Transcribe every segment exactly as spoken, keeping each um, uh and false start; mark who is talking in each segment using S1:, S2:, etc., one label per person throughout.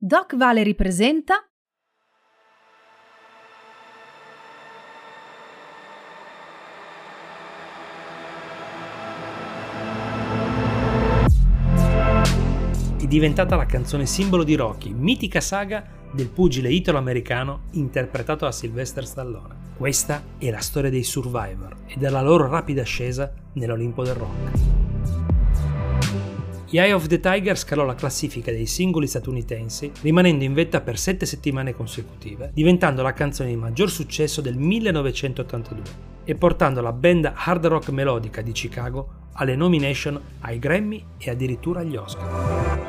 S1: Doc Valery presenta
S2: È diventata la canzone simbolo di Rocky, mitica saga del pugile italo-americano interpretato da Sylvester Stallone. Questa è la storia dei Survivor e della loro rapida ascesa nell'Olimpo del rock. Eye of the Tiger scalò la classifica dei singoli statunitensi, rimanendo in vetta per sette settimane consecutive, diventando la canzone di maggior successo del millenovecentottantadue e portando la band hard rock melodica di Chicago alle nomination ai Grammy e addirittura agli Oscar.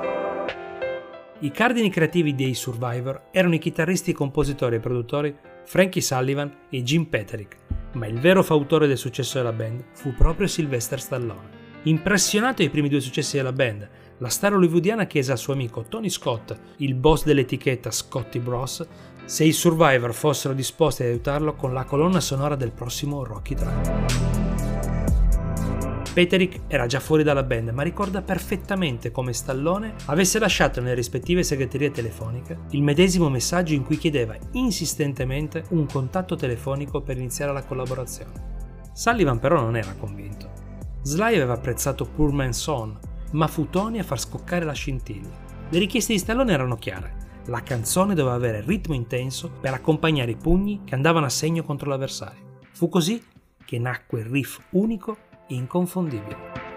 S2: I cardini creativi dei Survivor erano i chitarristi, compositori e produttori Frankie Sullivan e Jim Peterick, ma il vero fautore del successo della band fu proprio Sylvester Stallone. Impressionato ai primi due successi della band, la star hollywoodiana chiese al suo amico Tony Scott, il boss dell'etichetta Scotty Bros, se i Survivor fossero disposti ad aiutarlo con la colonna sonora del prossimo Rocky tre. Peterick era già fuori dalla band, ma ricorda perfettamente come Stallone avesse lasciato nelle rispettive segreterie telefoniche il medesimo messaggio in cui chiedeva insistentemente un contatto telefonico per iniziare la collaborazione. Sullivan però non era convinto. Sly aveva apprezzato Poor Man's Son, ma fu Tony a far scoccare la scintilla. Le richieste di Stallone erano chiare. La canzone doveva avere ritmo intenso per accompagnare i pugni che andavano a segno contro l'avversario. Fu così che nacque il riff unico e inconfondibile.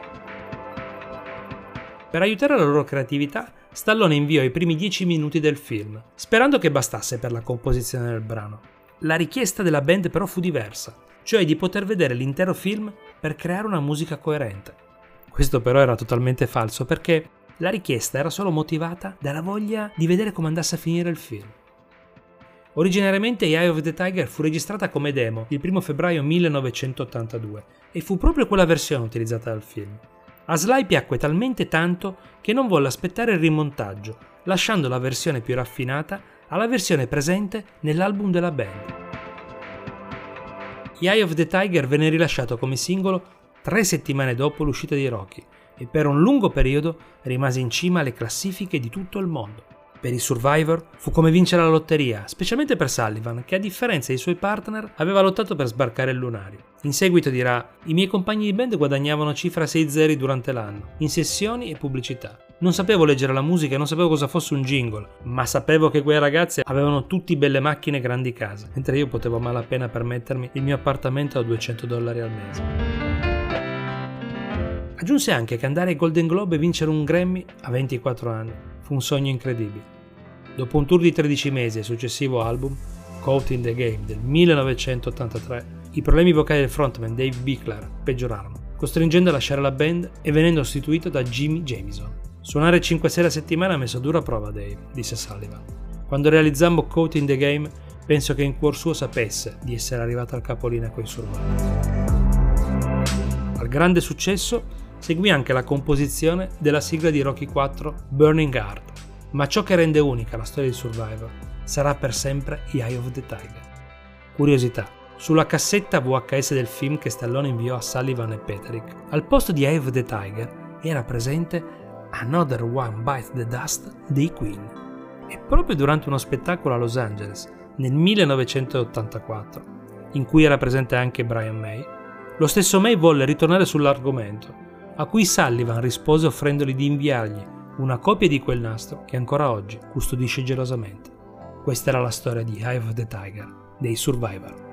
S2: Per aiutare la loro creatività, Stallone inviò i primi dieci minuti del film, sperando che bastasse per la composizione del brano. La richiesta della band però fu diversa, cioè di poter vedere l'intero film per creare una musica coerente. Questo però era totalmente falso, perché la richiesta era solo motivata dalla voglia di vedere come andasse a finire il film. Originariamente Eye of the Tiger fu registrata come demo il primo febbraio millenovecentottantadue e fu proprio quella versione utilizzata dal film. A Sly piacque talmente tanto che non volle aspettare il rimontaggio, lasciando la versione più raffinata alla versione presente nell'album della band. Eye of the Tiger venne rilasciato come singolo tre settimane dopo l'uscita di Rocky e per un lungo periodo rimase in cima alle classifiche di tutto il mondo. Per i Survivor fu come vincere la lotteria, specialmente per Sullivan, che a differenza dei suoi partner aveva lottato per sbarcare il lunario. In seguito dirà: i miei compagni di band guadagnavano cifra sei zeri durante l'anno, in sessioni e pubblicità. Non sapevo leggere la musica e non sapevo cosa fosse un jingle, ma sapevo che quei ragazzi avevano tutti belle macchine e grandi case, mentre io potevo a malapena permettermi il mio appartamento a duecento dollari al mese. Aggiunse anche che andare ai Golden Globe e vincere un Grammy a ventiquattro anni fu un sogno incredibile. Dopo un tour di tredici mesi e il successivo album, Caught in the Game del millenovecentottantatré, i problemi vocali del frontman Dave Bickler peggiorarono, costringendo a lasciare la band e venendo sostituito da Jimmy Jamison. Suonare cinque sei a settimana ha messo a dura prova Dave, disse Sullivan. Quando realizzammo Caught in the Game, penso che in cuor suo sapesse di essere arrivato al capolinea coi Survivor. Al grande successo seguì anche la composizione della sigla di Rocky quattro Burning Heart, ma ciò che rende unica la storia di Survivor sarà per sempre Eye of the Tiger. Curiosità: sulla cassetta V H S del film che Stallone inviò a Sullivan e Peterick, al posto di Eye of the Tiger era presente Another One Bites the Dust dei Queen. E proprio durante uno spettacolo a Los Angeles nel millenovecentottantaquattro, in cui era presente anche Brian May, lo stesso May volle ritornare sull'argomento, a cui Sullivan rispose offrendogli di inviargli una copia di quel nastro che ancora oggi custodisce gelosamente. Questa era la storia di Eye of the Tiger dei Survivor.